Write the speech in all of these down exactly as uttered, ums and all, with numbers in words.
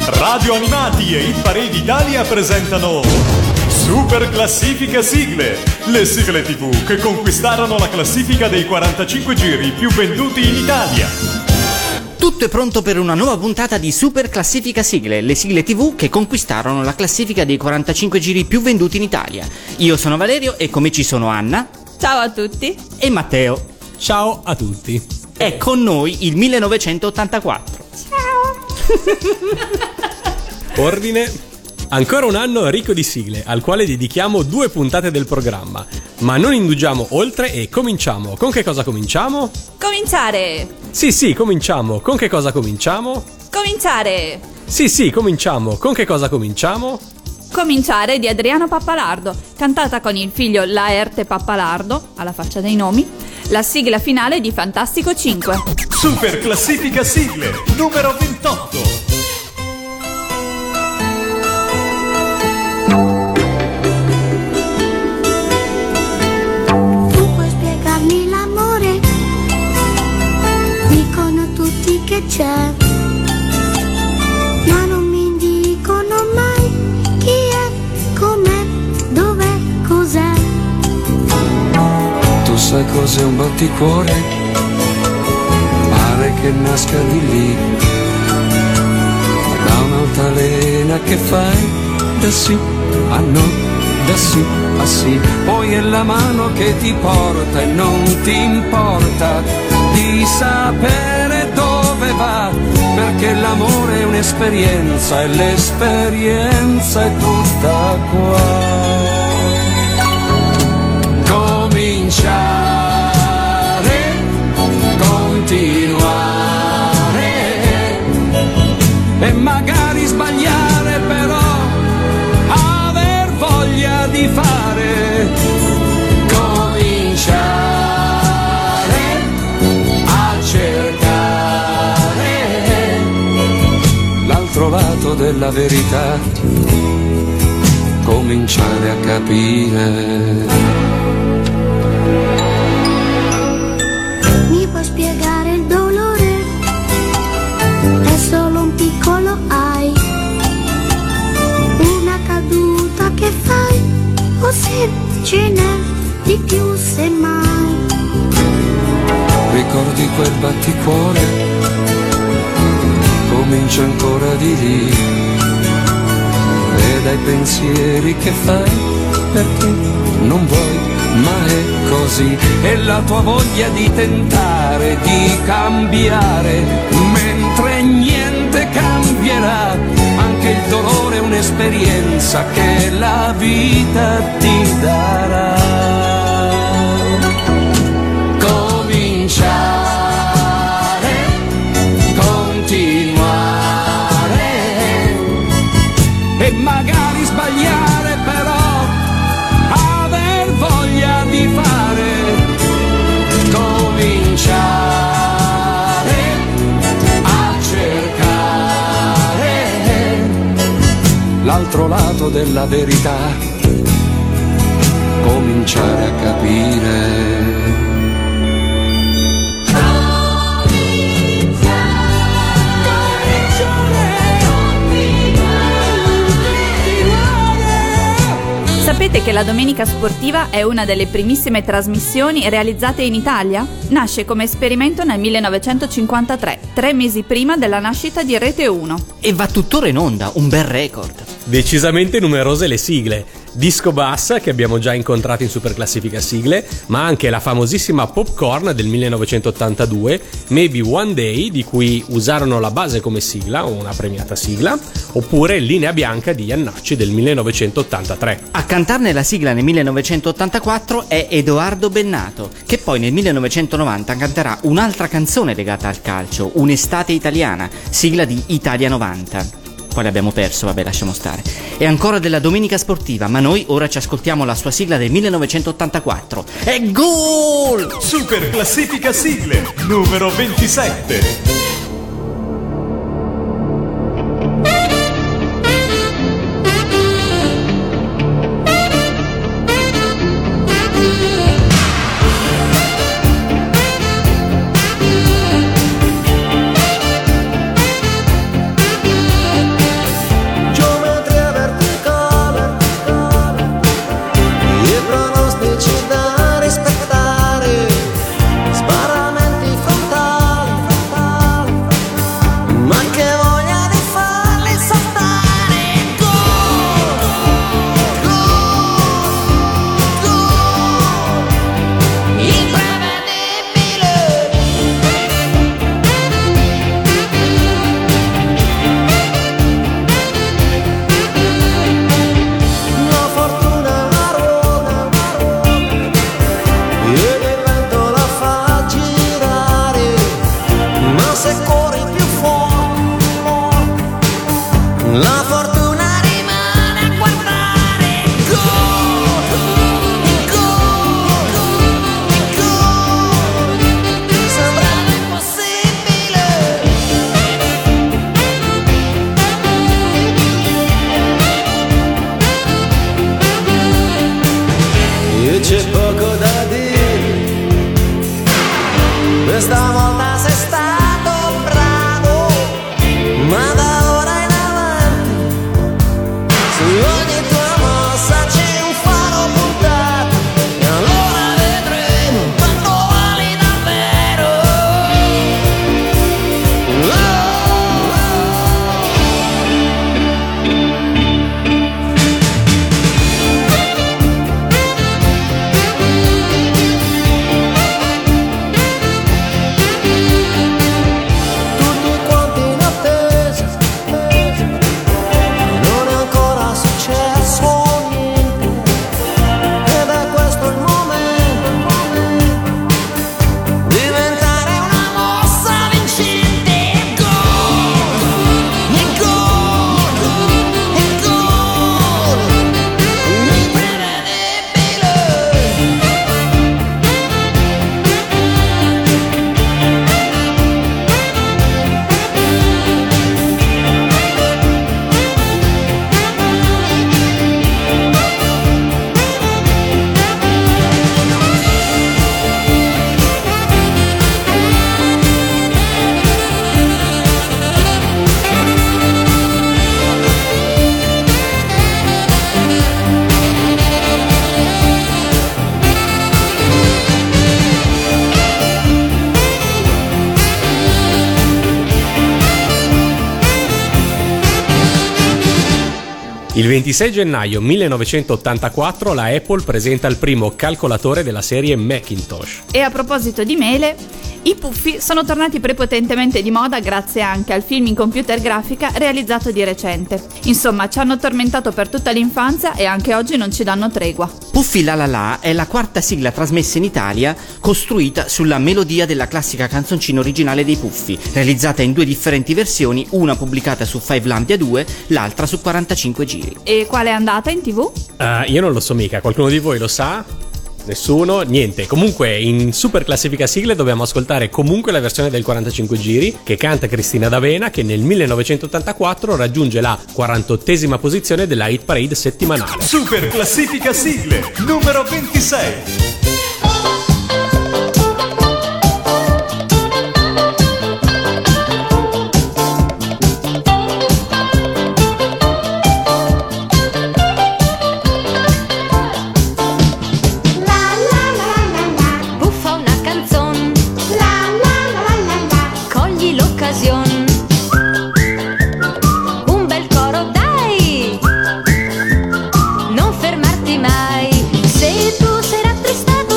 Radio Animati e Hit Parade Italia presentano Super Classifica Sigle, le sigle tivù che conquistarono la classifica dei quarantacinque giri più venduti in Italia. Tutto è pronto per una nuova puntata di Super Classifica Sigle, le sigle tivù che conquistarono la classifica dei quarantacinque giri più venduti in Italia. Io sono Valerio e con me ci sono Anna. Ciao a tutti. E Matteo. Ciao a tutti. È con noi il millenovecentottantaquattro. Ciao. Ordine. Ancora un anno ricco di sigle, al quale dedichiamo due puntate del programma. Ma non indugiamo oltre e cominciamo. Con che cosa cominciamo? Cominciare! Sì, sì, cominciamo. Con che cosa cominciamo? Cominciare! Sì, sì, cominciamo. Con che cosa cominciamo? Cominciare di Adriano Pappalardo, cantata con il figlio Laerte Pappalardo, alla faccia dei nomi, la sigla finale di Fantastico cinque. Super Classifica Sigle, numero ventotto. Che c'è, ma non mi dicono mai chi è, com'è, dov'è, cos'è. Tu sai cos'è un batticuore? Pare che nasca di lì, da un'altalena che fai da sì a no, da sì a sì. Poi è la mano che ti porta e non ti importa di sapere dove va, perché l'amore è un'esperienza e l'esperienza è tutta qua. Cominciare, continuare e magari sbagliare, però aver voglia di fare. Cominciare l'altro lato della verità, cominciare a capire. Mi puoi spiegare il dolore? È solo un piccolo ai, una caduta che fai, o se ce n'è di più semmai. Ricordi quel batticuore? Comincia ancora di lì, e dai pensieri che fai, perché non vuoi, ma è così. E la tua voglia di tentare, di cambiare, mentre niente cambierà. Anche il dolore è un'esperienza che la vita ti darà. Cominciare, e magari sbagliare, però aver voglia di fare. Cominciare a cercare l'altro lato della verità, cominciare a capire. Sapete che la Domenica Sportiva è una delle primissime trasmissioni realizzate in Italia? Nasce come esperimento nel millenovecentocinquantatré, tre mesi prima della nascita di Rete uno. E va tuttora in onda, un bel record. Decisamente numerose le sigle. Disco Bass, che abbiamo già incontrato in Super Classifica Sigle, ma anche la famosissima Popcorn del millenovecentottantadue, Maybe One Day, di cui usarono la base come sigla, una premiata sigla, oppure Linea Bianca di Iannacci del millenovecentottantatré. A cantarne la sigla nel millenovecentottantaquattro è Edoardo Bennato, che poi nel millenovecentonovanta canterà un'altra canzone legata al calcio, Un'estate italiana, sigla di Italia novanta. Poi l'abbiamo perso, vabbè, lasciamo stare. È ancora della Domenica Sportiva, ma noi ora ci ascoltiamo la sua sigla del millenovecentottantaquattro. È gol! Super Classifica Sigle, numero ventisette. La fortuna rimane a guardare. Gol, gol, gol. Sembrava impossibile. E c'è poco da dire, questa volta sei stato bravo, ma da ora in avanti su ogni tua mossa c'è un faro puntato, e allora vedremo quanto vali davvero. Oh. Tutti quanti in attesa, non è ancora successo niente, ed è questo il momento, diventare una mossa vincente. Gol, e gol, e gol, imprevedibile. Il ventisei gennaio millenovecentottantaquattro la Apple presenta il primo calcolatore della serie Macintosh. E a proposito di mele, i puffi sono tornati prepotentemente di moda grazie anche al film in computer grafica realizzato di recente. Insomma, ci hanno tormentato per tutta l'infanzia e anche oggi non ci danno tregua. Puffi La La La è la quarta sigla trasmessa in Italia costruita sulla melodia della classica canzoncina originale dei Puffi, realizzata in due differenti versioni, una pubblicata su Five Lambia due, l'altra su quarantacinque giri. E quale è andata in tv? Uh, io non lo so mica, qualcuno di voi lo sa? Nessuno? Niente. Comunque in super classifica sigle dobbiamo ascoltare comunque la versione del quarantacinque giri che canta Cristina D'Avena, che nel millenovecentottantaquattro raggiunge la quarantottesima posizione della hit parade settimanale. Super classifica sigle numero ventisei. Buffa una canzone, la la la la la, cogli l'occasione, un bel coro dai, non fermarti mai, se tu sei rattristato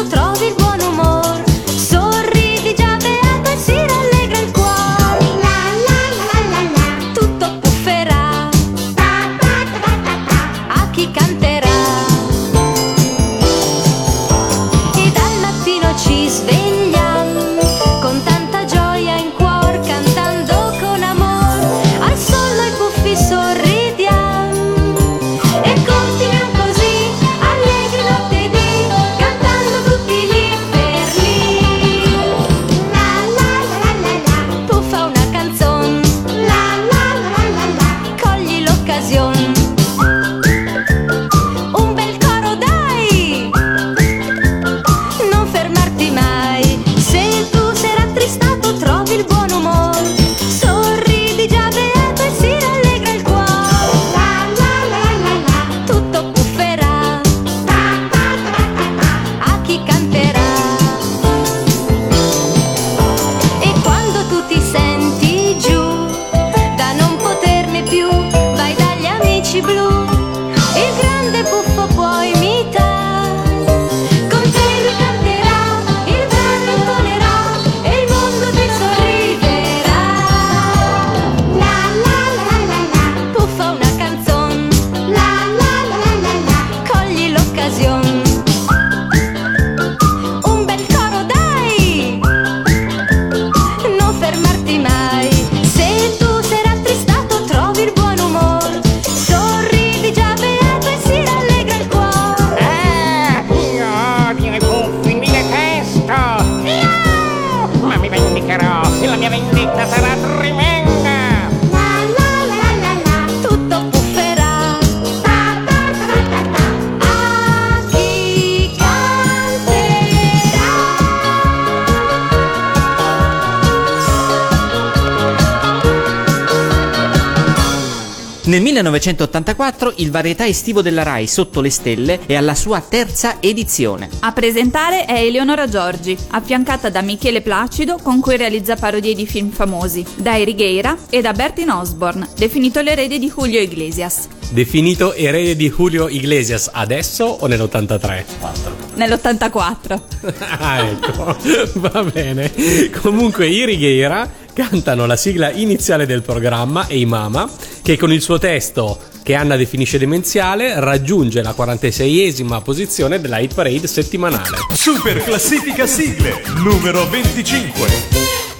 Nel millenovecentottantaquattro il varietà estivo della Rai Sotto le stelle è alla sua terza edizione. A presentare è Eleonora Giorgi, affiancata da Michele Placido, con cui realizza parodie di film famosi, da Righeira e da Bertin Osborne, definito l'erede di Julio Iglesias. Definito erede di Julio Iglesias adesso o nell'ottantatré? Nell'ottantaquattro. Ah, ecco, va bene. Comunque i Righeira cantano la sigla iniziale del programma, Ehi Mama, che con il suo testo, che Anna definisce demenziale, raggiunge la quarantaseiesima posizione della hit parade settimanale. Super classifica sigle numero venticinque.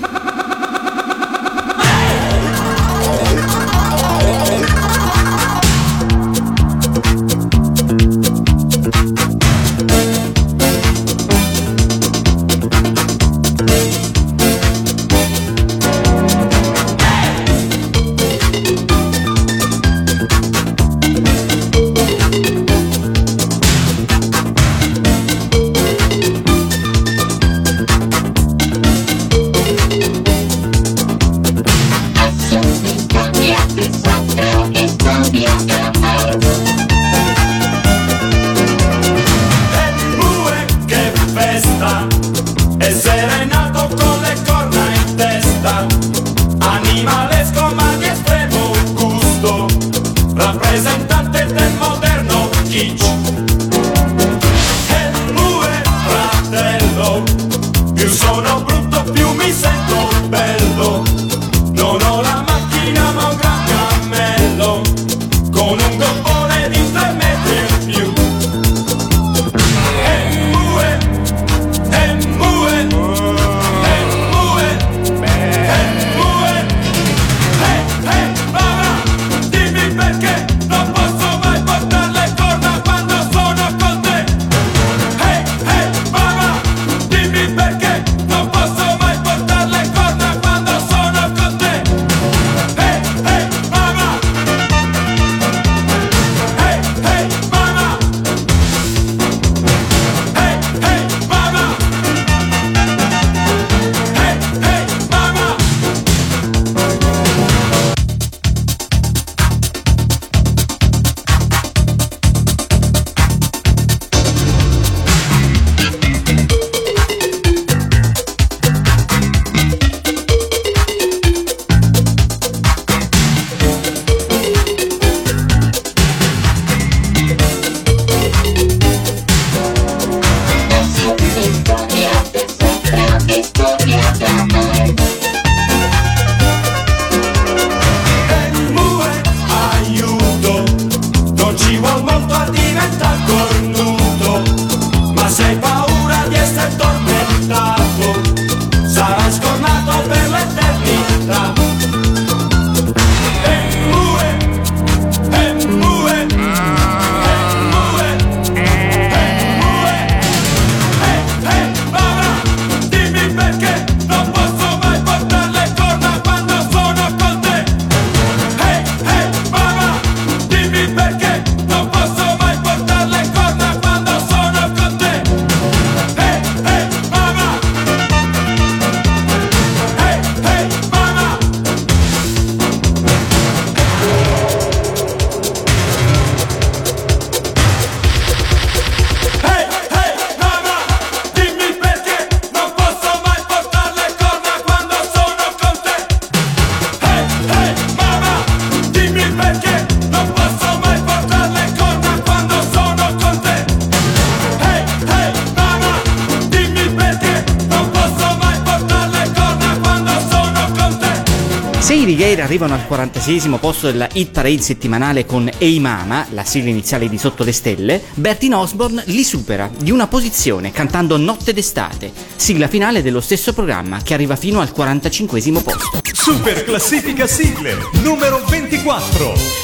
Se i Righeira arrivano al quarantaseiesimo posto della hit parade settimanale con Ehi Mama, la sigla iniziale di Sotto le stelle, Bertin Osborne li supera di una posizione cantando Notte d'estate, sigla finale dello stesso programma che arriva fino al quarantacinquesimo posto. Super classifica sigle numero ventiquattro.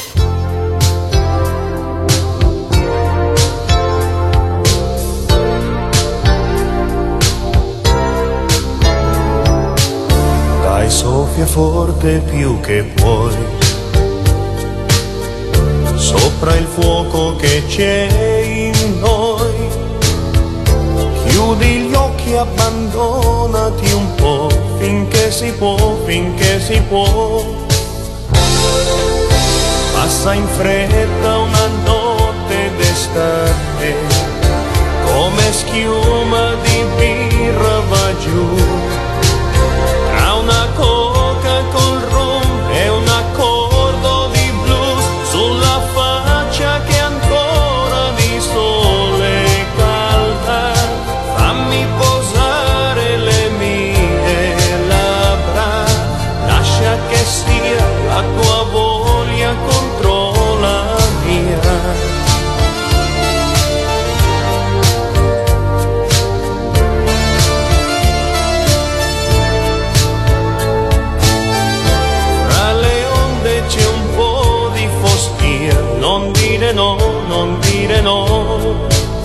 Soffia forte più che puoi, sopra il fuoco che c'è in noi. Chiudi gli occhi, abbandonati un po', finché si può, finché si può. Basta Passa in fretta una notte d'estate, come schiuma di birra va giù, tra una coca col rum e un accordo di blues, sulla faccia che ancora di sole calda, fammi posare le mie labbra, lascia che sia la tua voglia contro la mia. Non dire no, non dire no.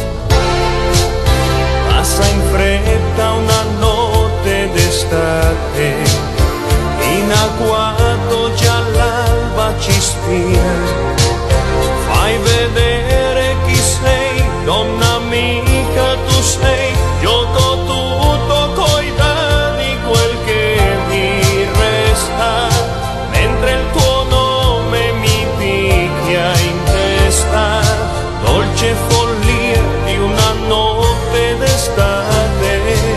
Passa in fretta una notte d'estate, in agguato già l'alba ci spia. Fai vedere chi sei, donna amica tu sei, gioco tutto coi dadi quel che mi resta, mentre il tuo nome mi picchia in testa, dolce follia di una notte d'estate.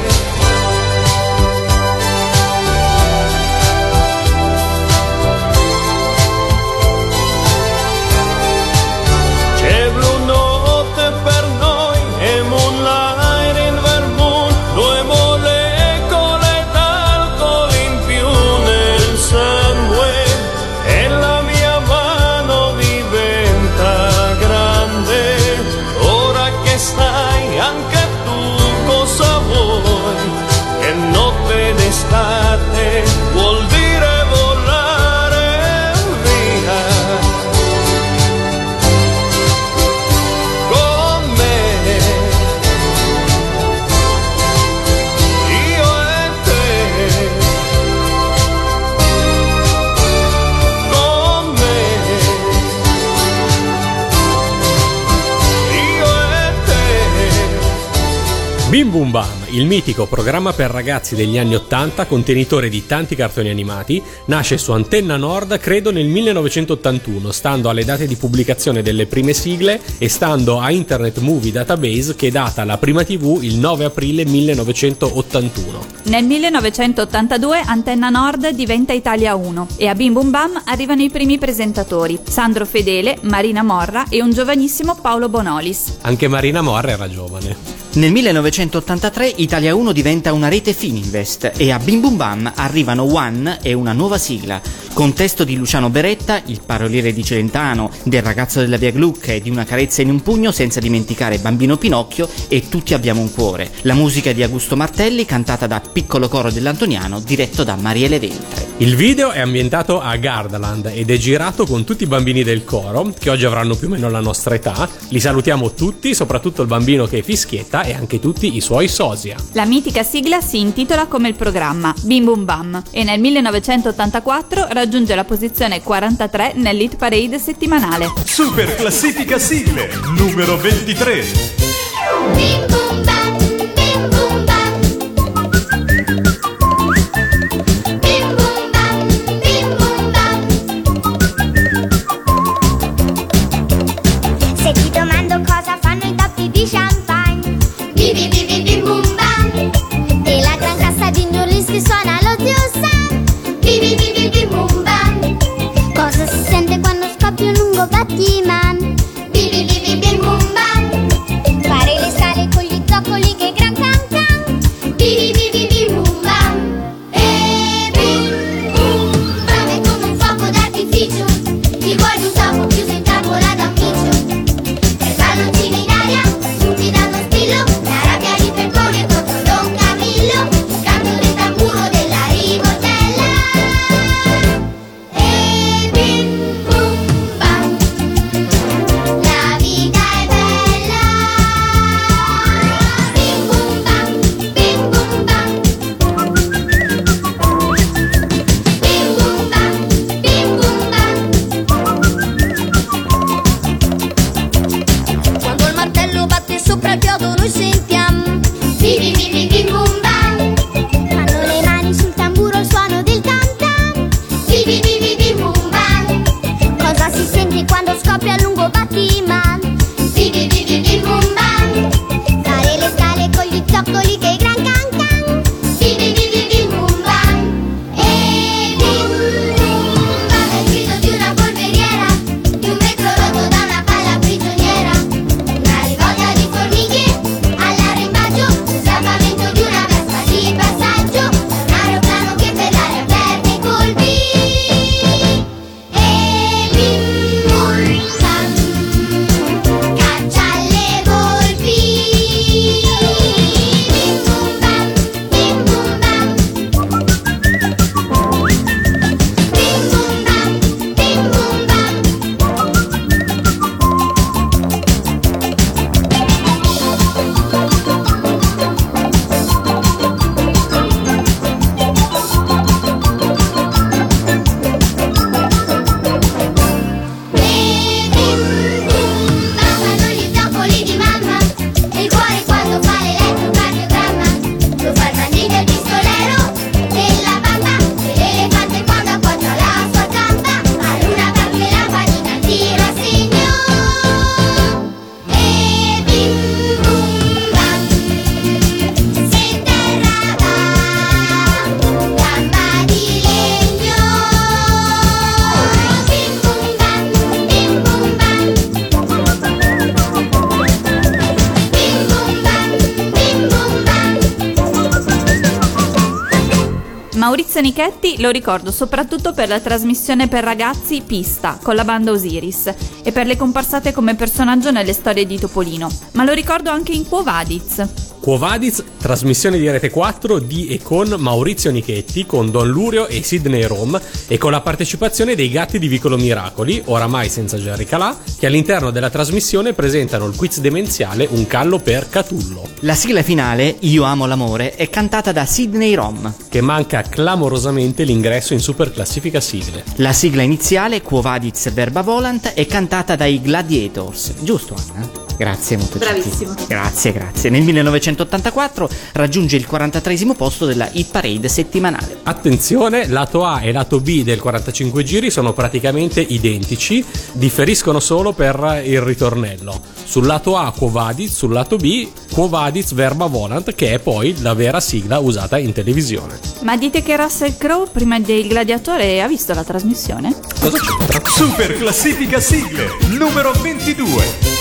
C'è blu notte per noi e moonlight in vermouth, due molecole d'alcol in più nel sangue, e la mia mano diventa grande. Ora che sai anche tu cosa vuoi, che notte d'estate vuol dire volare via con me, io e te, con me, io e te. Bim Bum Bam, il mitico programma per ragazzi degli anni ottanta, contenitore di tanti cartoni animati, nasce su Antenna Nord credo nel millenovecentottantuno, stando alle date di pubblicazione delle prime sigle e stando a Internet Movie Database, che data la prima tivù il nove aprile millenovecentottantuno. Nel millenovecentottantadue Antenna Nord diventa Italia uno e a Bim Bum Bam arrivano i primi presentatori: Sandro Fedele, Marina Morra e un giovanissimo Paolo Bonolis. Anche Marina Morra era giovane. Nel millenovecentottantatré Italia uno diventa una rete Fininvest e a Bim Bum Bam arrivano One e una nuova sigla, con testo di Luciano Beretta, il paroliere di Celentano, del ragazzo della via Gluck e di Una carezza in un pugno, senza dimenticare Bambino Pinocchio e Tutti abbiamo un cuore. La musica di Augusto Martelli, cantata da Piccolo Coro dell'Antoniano, diretto da Mariele Ventre. Il video è ambientato a Gardaland ed è girato con tutti i bambini del coro, che oggi avranno più o meno la nostra età. Li salutiamo tutti, soprattutto il bambino che fischietta e anche tutti i suoi sosia. La mitica sigla si intitola come il programma, Bim Bum Bam, e nel millenovecentottantaquattro raggiunge la posizione quarantatré nell'Hit Parade settimanale. Super classifica sigle numero ventitré. Bim bum bam, bim bum bam. Bim bum bam, bim bum bam. Se ti domando cosa fanno i tappi di champagne, bi bi bi bi bim bum bam. E la gran cassa di New Orleans che suona lo zio Sam, bi bi bi bi bim bum bam. Cosa si sente quando scoppia un lungo battiman, bi bi bi bi bim bum bam. Fare le scale con Maurizio Nichetti lo ricordo soprattutto per la trasmissione per ragazzi Pista con la banda Osiris e per le comparsate come personaggio nelle storie di Topolino, ma lo ricordo anche in Quo Vadis. Quo Vadis, trasmissione di Rete quattro di e con Maurizio Nichetti, con Don Lurio e Sidney Rom e con la partecipazione dei Gatti di Vicolo Miracoli, oramai senza Gerry Calà, che all'interno della trasmissione presentano il quiz demenziale Un callo per Catullo. La sigla finale, Io amo l'amore, è cantata da Sidney Rom, che manca clamorosamente l'ingresso in Super Classifica Sigle. La sigla iniziale, Quo Vadis Verba Volant, è cantata dai Gladiators. Giusto, Anna? Grazie, molto Bravissimo. gentile. Grazie, grazie. Nel millenovecentottantaquattro raggiunge il quarantatreesimo posto della hit parade settimanale. Attenzione, lato A e lato B del quarantacinque giri sono praticamente identici, differiscono solo per il ritornello. Sul lato A Quo Vadis, sul lato B Quo Vadis Verba Volant, che è poi la vera sigla usata in televisione. Ma dite che Russell Crowe prima del Gladiatore ha visto la trasmissione? Cosa c'entra? Super classifica sigle numero ventidue.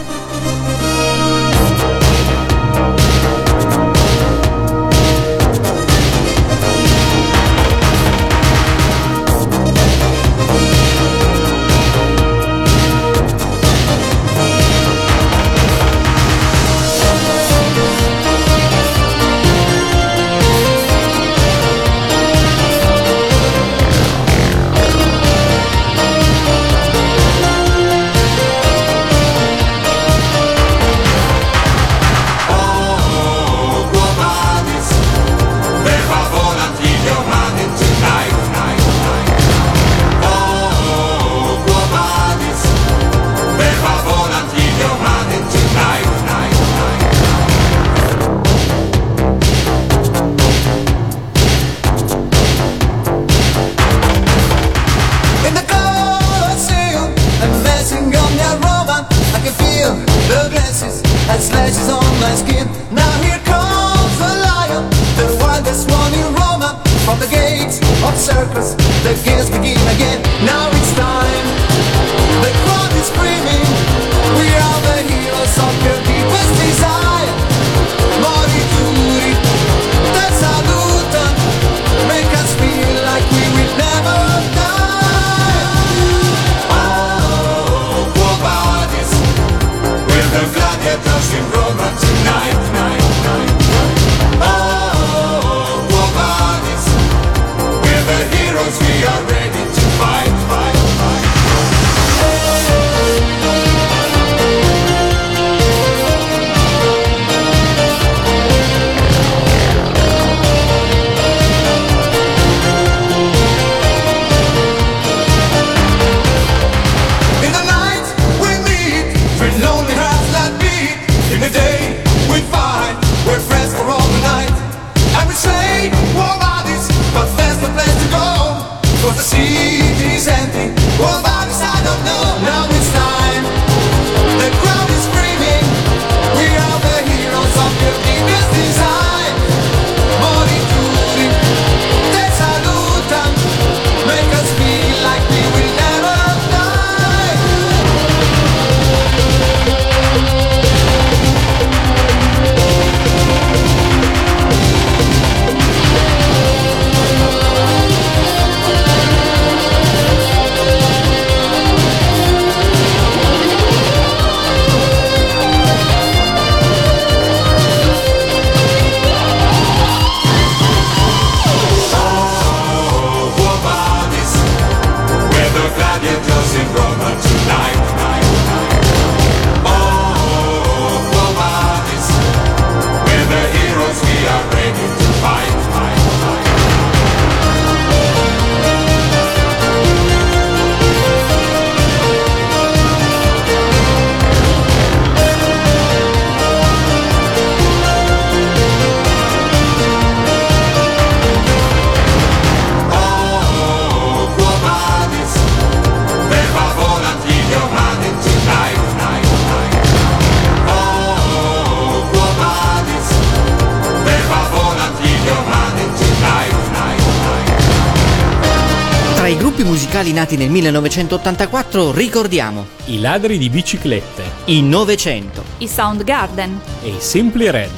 musicali nati nel millenovecentottantaquattro ricordiamo I ladri di biciclette, i Novecento, i Soundgarden, e i Simply Red.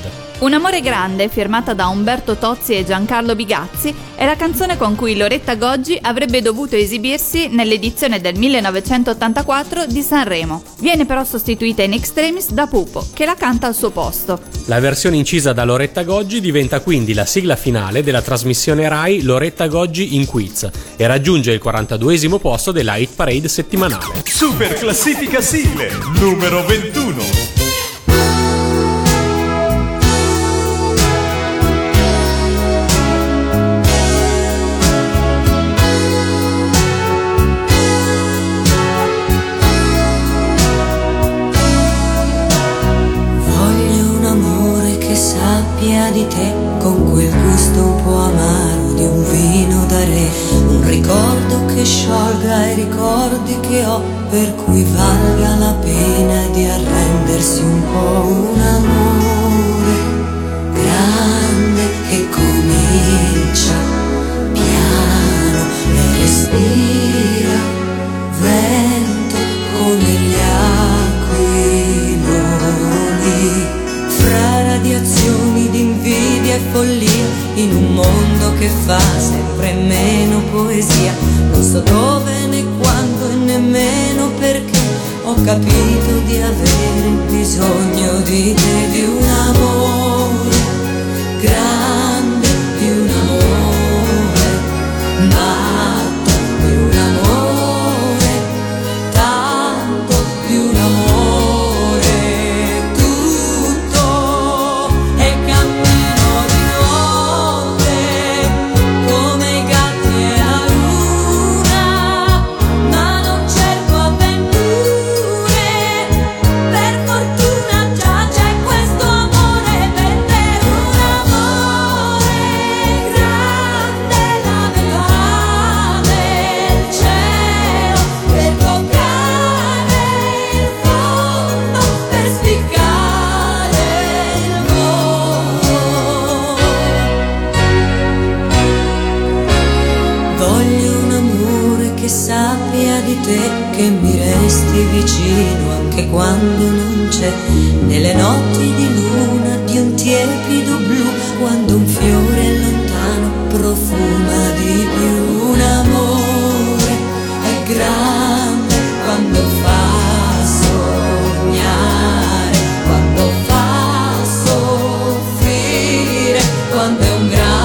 Un amore grande, firmata da Umberto Tozzi e Giancarlo Bigazzi, è la canzone con cui Loretta Goggi avrebbe dovuto esibirsi nell'edizione del millenovecentottantaquattro di Sanremo. Viene però sostituita in extremis da Pupo, che la canta al suo posto. La versione incisa da Loretta Goggi diventa quindi la sigla finale della trasmissione Rai Loretta Goggi in Quiz e raggiunge il quarantaduesimo posto della Hit Parade settimanale. Super classifica sigle numero ventuno. Sappia di te con quel gusto un po' amaro di un vino da re, un ricordo che sciolga i ricordi che ho, per cui valga la pena di arrendersi un po'. Un amore grande che comincia piano e respira vento come gli aquiloni, fra radiazioni di invidia e follia, in un mondo che fa sempre meno poesia. Non so dove né quando e nemmeno perché ho capito di avere bisogno di te, di un amore grande, di un amore matto, di un amore tanto, di un amore. Che mi resti vicino anche quando non c'è, nelle notti di luna di un tiepido blu, quando un fiore lontano profuma di più. Un amore è grande quando fa sognare, quando fa soffrire, quando è un grande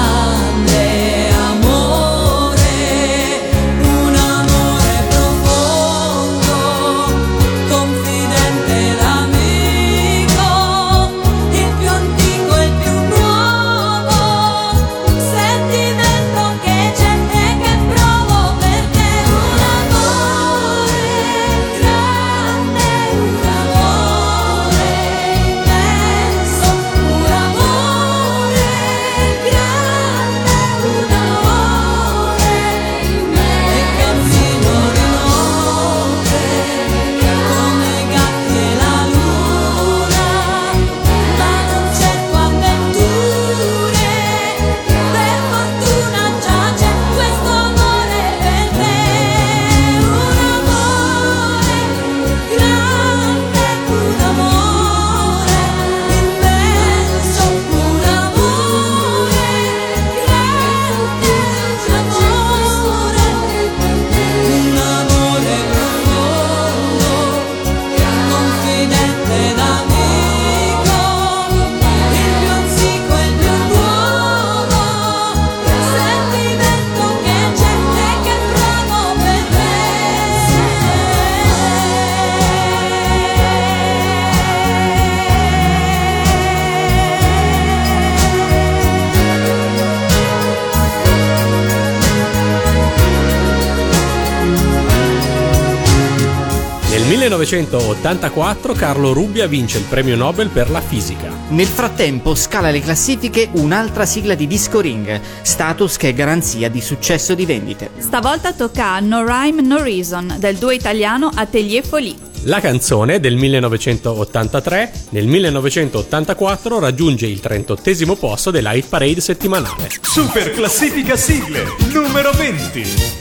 Nel millenovecentottantaquattro Carlo Rubbia vince il premio Nobel per la fisica. Nel frattempo scala le classifiche un'altra sigla di Disco Ring, status che è garanzia di successo di vendite. Stavolta tocca a No Rhyme No Reason del duo italiano Atelier Folie. La canzone del millenovecentottantatré nel millenovecentottantaquattro raggiunge il trentottesimo posto della Hit Parade settimanale. Super classifica sigle numero venti.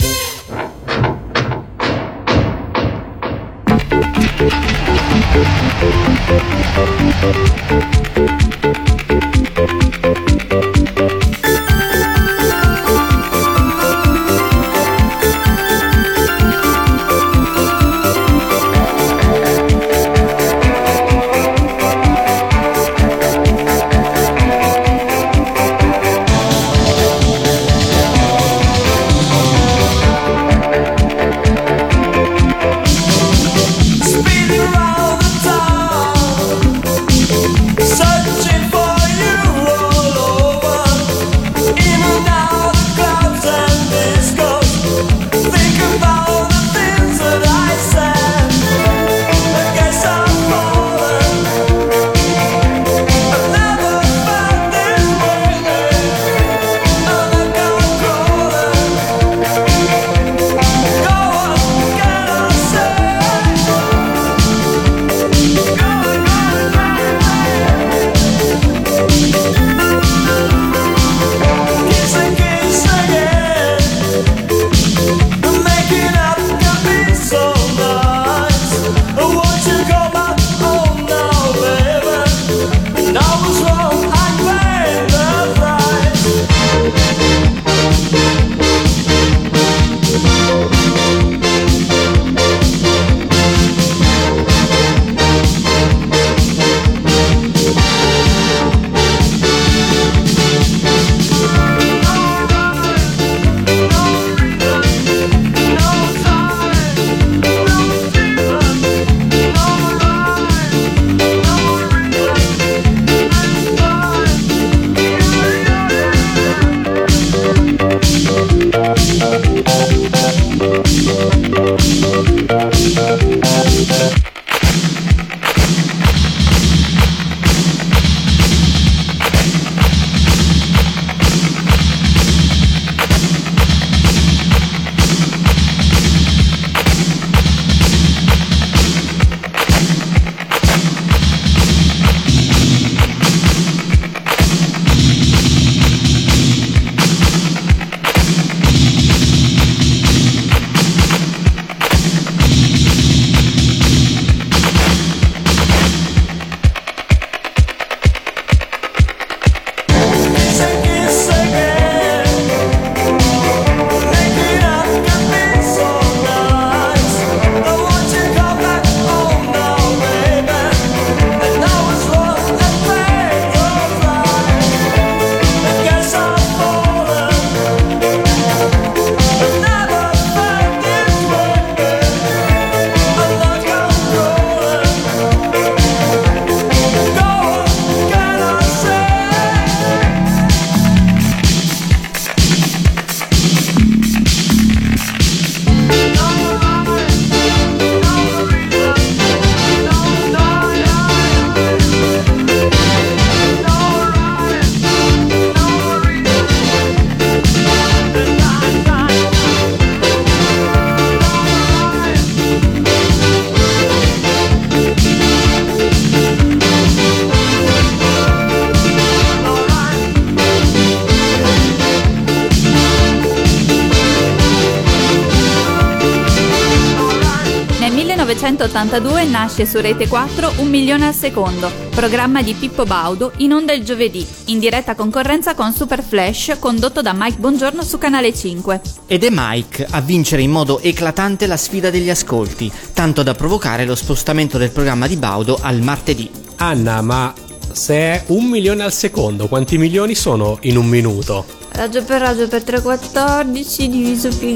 millenovecentottantadue nasce su Rete quattro Un milione al secondo, programma di Pippo Baudo, in onda il giovedì, in diretta concorrenza con Super Flash, condotto da Mike Bongiorno su Canale cinque. Ed è Mike a vincere in modo eclatante la sfida degli ascolti, tanto da provocare lo spostamento del programma di Baudo al martedì. Anna, ma se è un milione al secondo, quanti milioni sono in un minuto? Raggio per raggio per tre quattordici diviso pi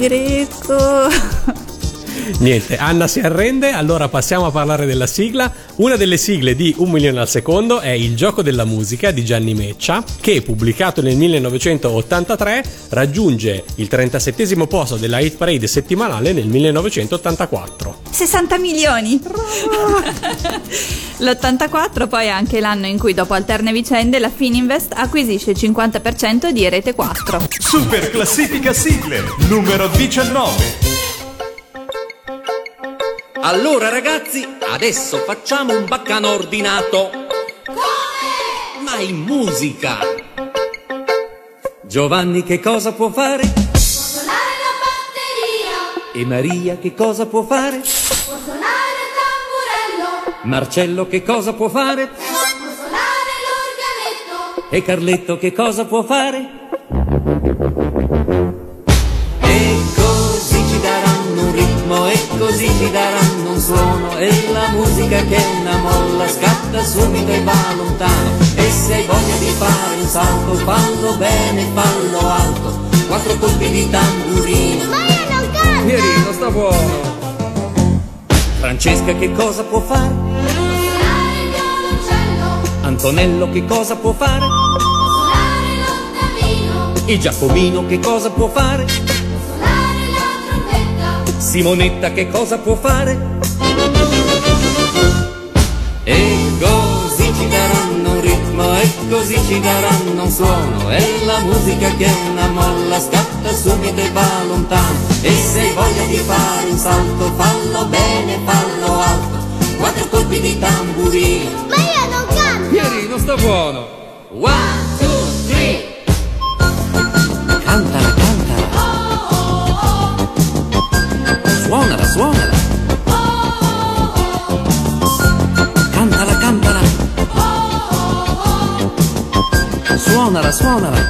greco. Niente, Anna si arrende, allora passiamo a parlare della sigla. Una delle sigle di Un milione al secondo è Il gioco della musica di Gianni Meccia, che pubblicato nel millenovecentottantatré raggiunge il trentasettesimo posto della hit parade settimanale nel millenovecentottantaquattro. sessanta milioni! L'ottantaquattro poi è anche l'anno in cui, dopo alterne vicende, la Fininvest acquisisce il cinquanta per cento di Rete quattro. Super classifica sigle numero diciannove. Allora ragazzi, adesso facciamo un baccano ordinato. Come? Ma in musica. Giovanni che cosa può fare? Può suonare la batteria. E Maria che cosa può fare? Può suonare il tamburello. Marcello che cosa può fare? Può suonare l'organetto. E Carletto che cosa può fare? E così ci daranno un suono, e la musica che è una molla scatta subito e va lontano. E se hai voglia di fare un salto, fallo bene, fallo alto, quattro colpi di tamburino. Ma io non canto! Pierino, sta buono! Francesca che cosa può fare? Può suonare il violoncello. Antonello che cosa può fare? Può suonare l'ottavino. E Giacomino che cosa può fare? Simonetta che cosa può fare? E così ci daranno un ritmo, e così ci daranno un suono, e la musica che è una molla scatta subito e va lontano. E se hai voglia di fare un salto, fallo bene, fallo alto, quattro colpi di tamburino. Ma io non canto! Pierino, sta buono! One, two, three! Cantala, cantala! Suonala, suonala. Cantala, cantala. Suonala, suonala.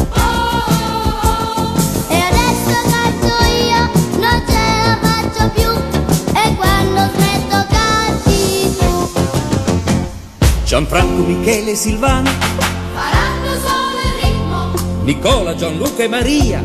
E adesso canto io, non ce la faccio più. E quando smetto canti tu. Gianfranco, Michele e Silvano Faranno solo il ritmo. Nicola, Gianluca e Maria,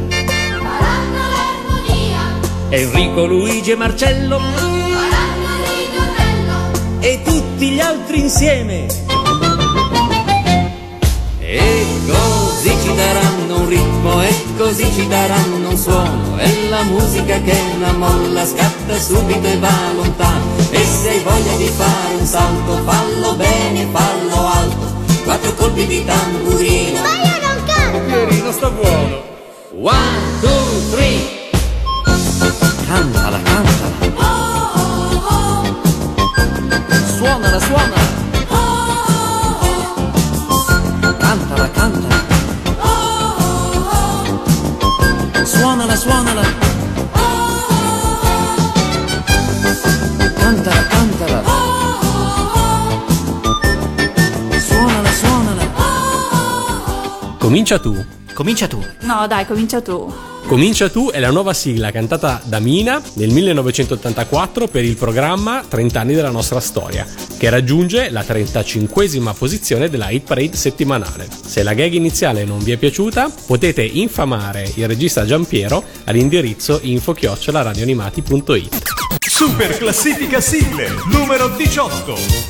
Enrico, Luigi e Marcello, faranno il ritornello. e tutti gli altri insieme. E così ci daranno un un ritmo e così ci daranno un suono. E la musica che è una molla scatta subito e va lontano. E se hai voglia di fare un salto, fallo bene, fallo alto. Quattro colpi di tamburino. Ma io non canto! Pierino sta buono. One, two, three. Cantala, cantala. Suonala, suonala. Cantala, cantala. Suonala, suonala. Cantala, cantala. Suonala, suonala. Comincia tu. Comincia tu. No, dai, comincia tu. Comincia tu è la nuova sigla cantata da Mina nel millenovecentottantaquattro per il programma trenta anni della nostra storia, che raggiunge la trentacinquesima posizione della hit parade settimanale. Se la gag iniziale non vi è piaciuta, potete infamare il regista Giampiero all'indirizzo info chiocciola radioanimati punto it. Super classifica sigle numero diciotto.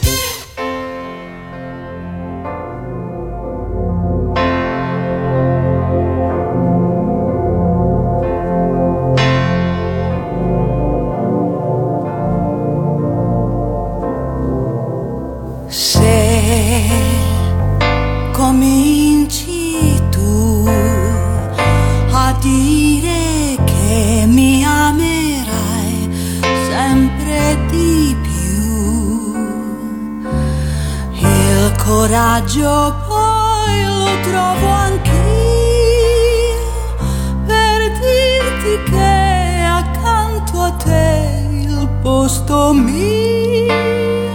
Cominci tu a dire che mi amerai sempre di più, il coraggio poi lo trovo anch'io per dirti che accanto a te il posto mio.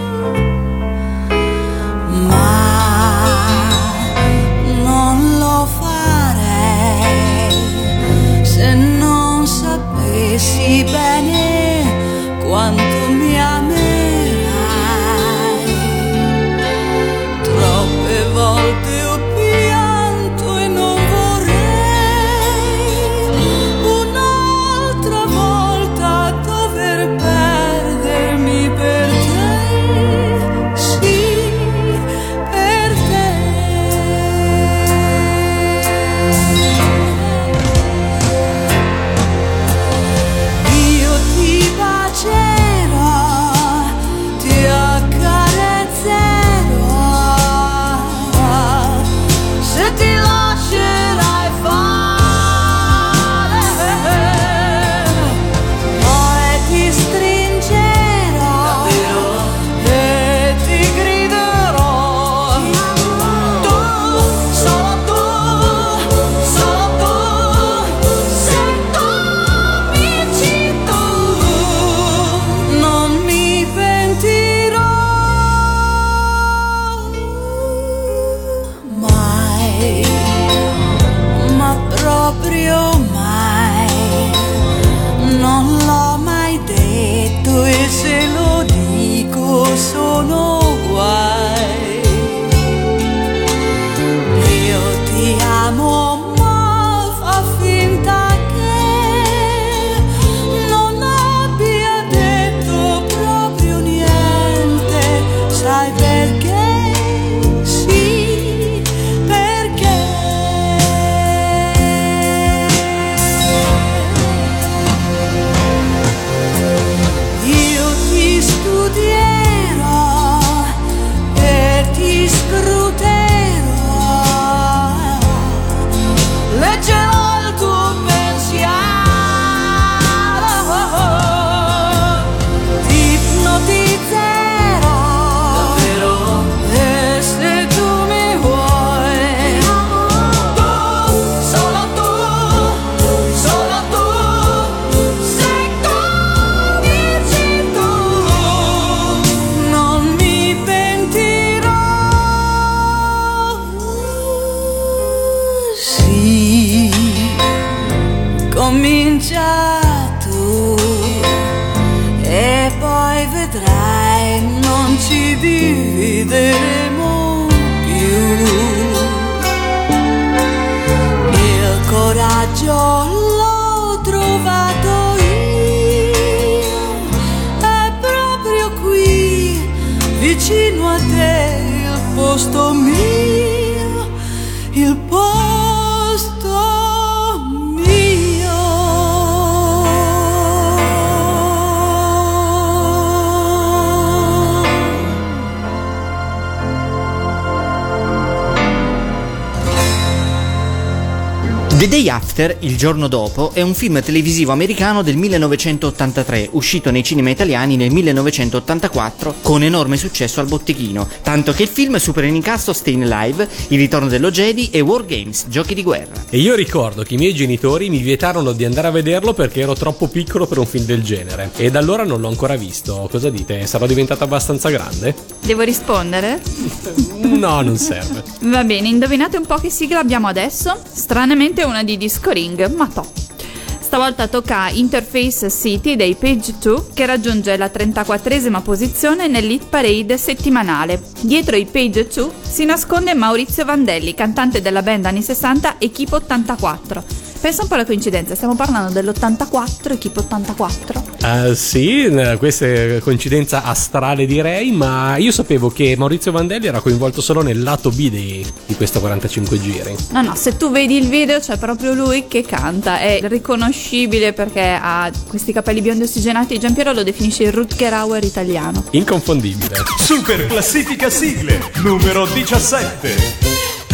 Se non sapessi bene quanto mi amerai, troppe volte ho pianto e non vorrei un'altra volta dover perdermi per te, sì, per te. Comincia tu e poi vedrai, non ci divideremo più. Il coraggio l'ho trovato io, è proprio qui, vicino a te, il posto mio, il posto The Day After, il giorno dopo, è un film televisivo americano del millenovecentottantatré, uscito nei cinema italiani nel millenovecentottantaquattro con enorme successo al botteghino, tanto che il film supera in incasso Staying Alive, Il ritorno dello Jedi e War Games, giochi di guerra. E io ricordo che i miei genitori mi vietarono di andare a vederlo perché ero troppo piccolo per un film del genere, e da allora non l'ho ancora visto. Cosa dite? Sarò diventato abbastanza grande? Devo rispondere? No, non serve. Va bene, indovinate un po' che sigla abbiamo adesso? Stranamente una di Disco Ring, ma to. Stavolta tocca a Interface City dei Page due, che raggiunge la trentaquattresima posizione nell'hit parade settimanale. Dietro i Page due si nasconde Maurizio Vandelli, cantante della band anni sessanta Equipe ottantaquattro. Pensa un po' alla coincidenza, stiamo parlando dell'ottantaquattro, Equipe ottantaquattro. Uh, sì, questa è coincidenza astrale direi, ma io sapevo che Maurizio Vandelli era coinvolto solo nel lato B di, di questo quarantacinque giri. No, no, se tu vedi il video c'è proprio lui che canta, è riconoscibile perché ha questi capelli biondi ossigenati. Giampiero lo definisce il Rutger Hauer italiano. Inconfondibile. Super classifica sigle, numero diciassette.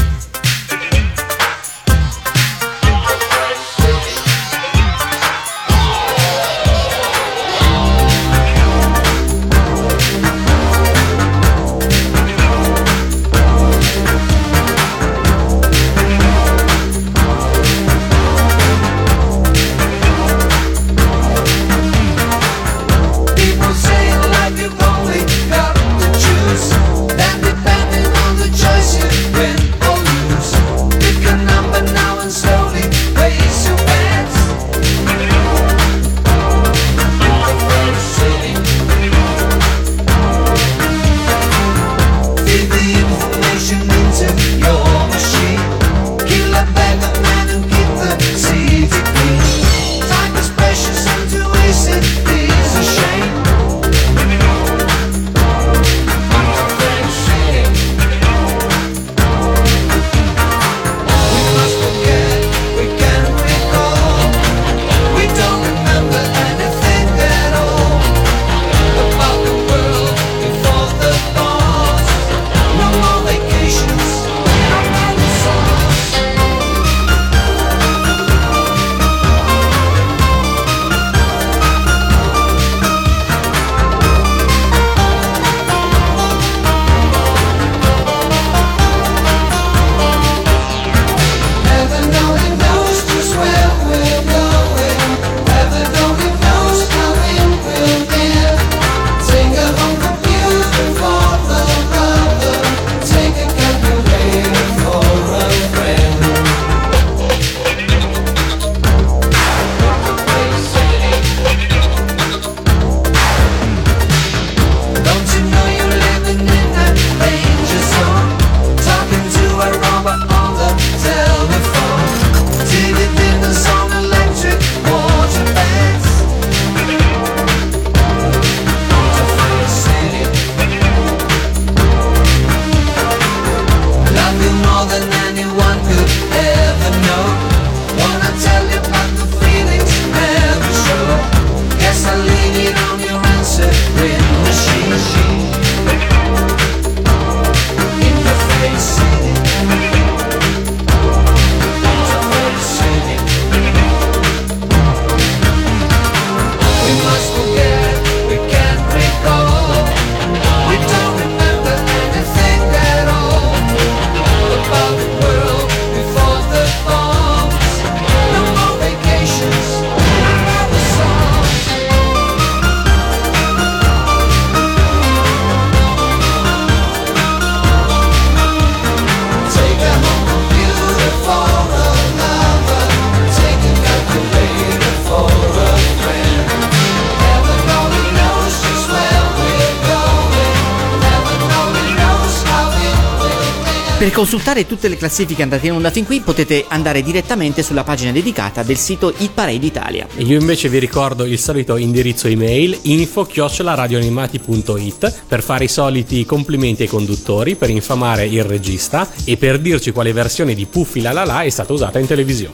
Per consultare tutte le classifiche andate in onda fin qui potete andare direttamente sulla pagina dedicata del sito Hit Parade Italia. E io invece vi ricordo il solito indirizzo email info chiocciola radioanimati punto it per fare i soliti complimenti ai conduttori, per infamare il regista e per dirci quale versione di Puffi la la la è stata usata in televisione.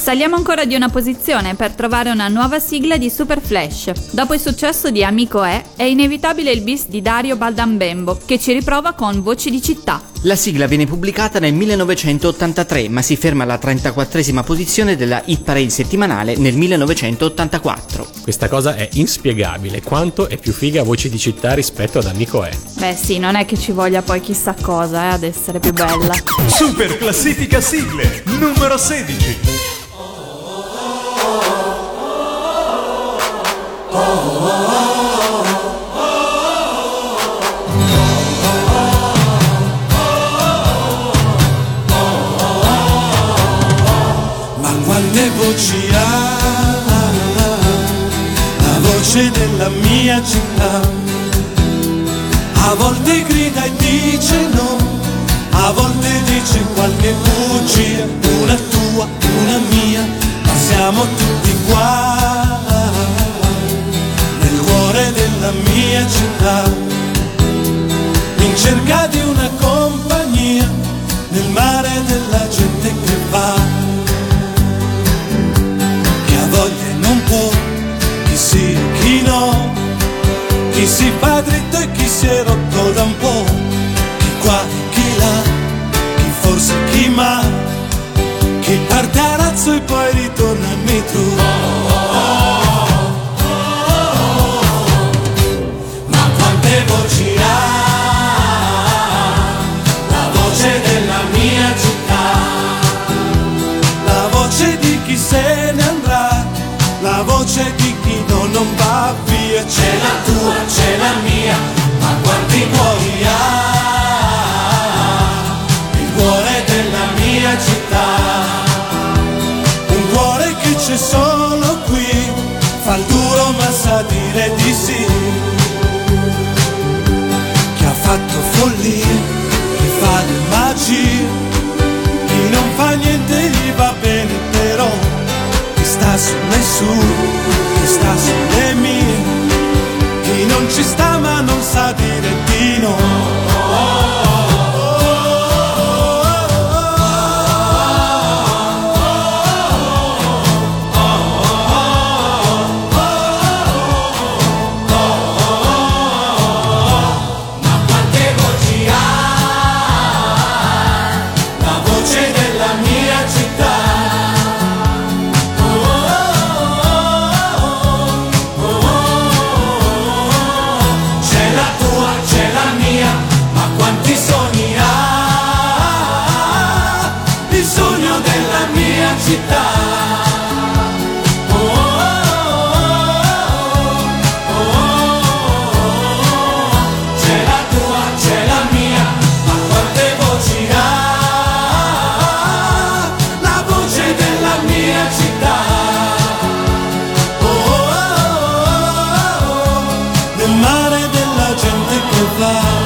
Saliamo ancora di una posizione per trovare una nuova sigla di Super Flash. Dopo il successo di Amico è, è inevitabile il bis di Dario Baldambembo, che ci riprova con Voci di città. La sigla viene pubblicata nel millenovecentottantatré, ma si ferma alla trentaquattresima posizione della hit parade settimanale nel millenovecentottantaquattro. Questa cosa è inspiegabile, quanto è più figa Voci di città rispetto ad Amico è. Beh sì, non è che ci voglia poi chissà cosa eh, ad essere più bella. Super classifica sigle numero sedici. Quante voci ha la voce della mia città? A volte grida e dice no, a volte dice qualche bugia, una tua, una mia, ma siamo tutti qua nel cuore della mia città, in cerca di una compagnia nel mare della gente che va. Voglia e non può, chi sì e chi no, chi si fa dritto e chi si è rotto da un po', chi qua e chi là, chi forse chi ma, chi parte a razzo e poi ritorna al metro. Ma quante voci ha la voce della mia città, la voce di chi se ne andrà, la voce di chi no, non va via. C'è la tua, c'è la mia, ma quanti cuori ha il cuore della mia città, un cuore che c'è solo qui, fa il duro ma sa dire di sì, chi ha fatto follie, chi fa le magie, chi non fa niente gli va bene però, sta sulle sue, chi sta sulle mie, chi non ci sta ma non sa dire di no. Ma quante voci ha la voce della mia città? Città. Oh, oh, oh, oh, oh. C'è la tua, c'è la mia, ma quante voci ha la voce della mia città. Oh, oh, oh, oh. Nel mare della gente che va.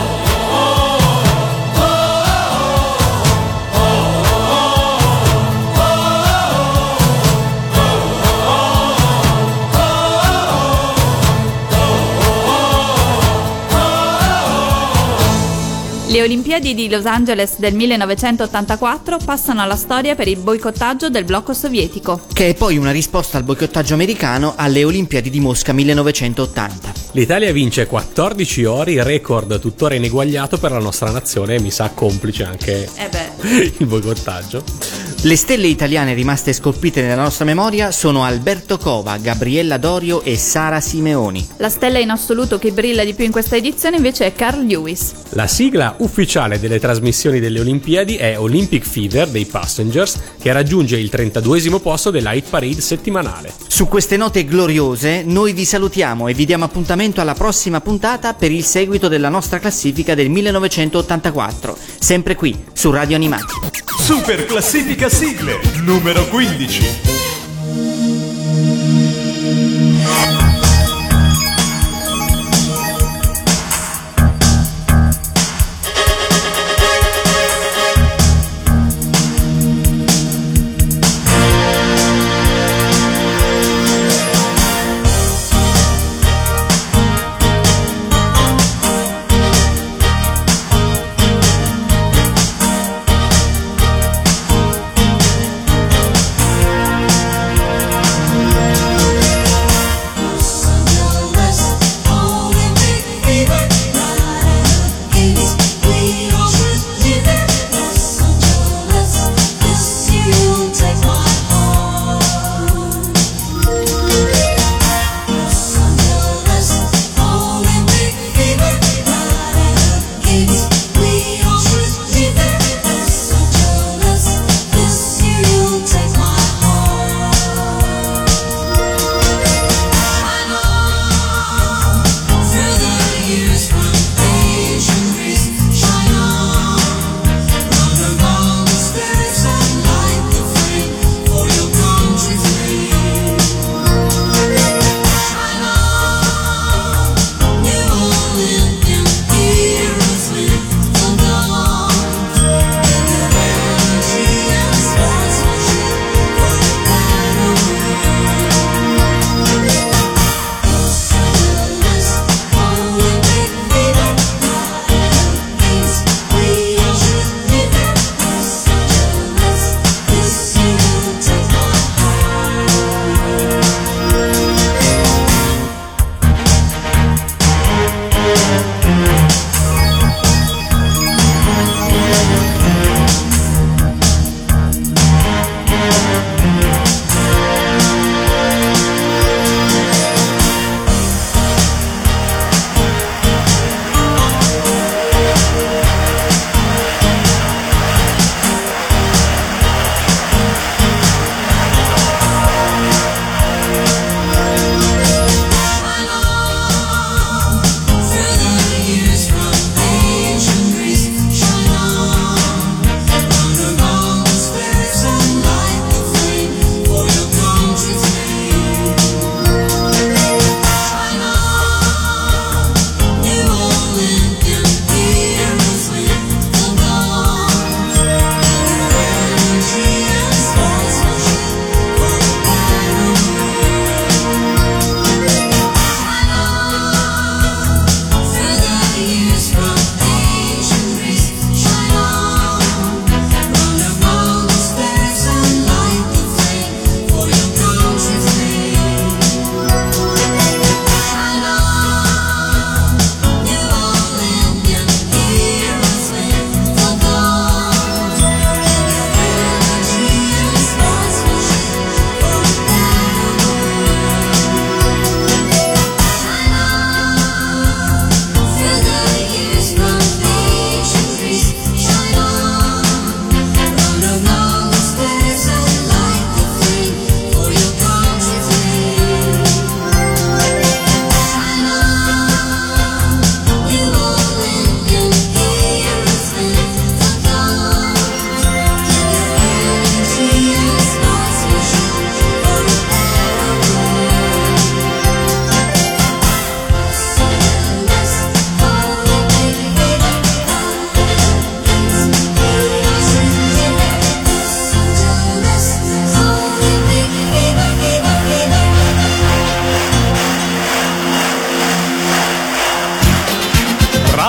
Le Olimpiadi di Los Angeles del millenovecentottantaquattro passano alla storia per il boicottaggio del blocco sovietico, che è poi una risposta al boicottaggio americano alle Olimpiadi di Mosca millenovecentottanta. L'Italia vince quattordici ori, record tuttora ineguagliato per la nostra nazione e mi sa complice anche eh beh. il boicottaggio. Le stelle italiane rimaste scolpite nella nostra memoria sono Alberto Cova, Gabriella Dorio e Sara Simeoni. La stella in assoluto che brilla di più in questa edizione invece è Carl Lewis. La sigla ufficiale delle trasmissioni delle Olimpiadi è Olympic Fever dei Passengers, che raggiunge il trentaduesimo posto della hit parade settimanale. Su queste note gloriose noi vi salutiamo e vi diamo appuntamento alla prossima puntata per il seguito della nostra classifica del millenovecentottantaquattro, sempre qui su Radio Animati. Super classifica sigle numero quindici.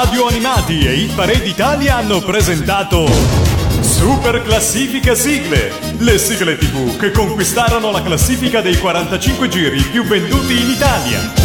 Radio Animati e Hit Parade Italia hanno presentato Super Classifica Sigle, le sigle tivù che conquistarono la classifica dei quarantacinque giri più venduti in Italia.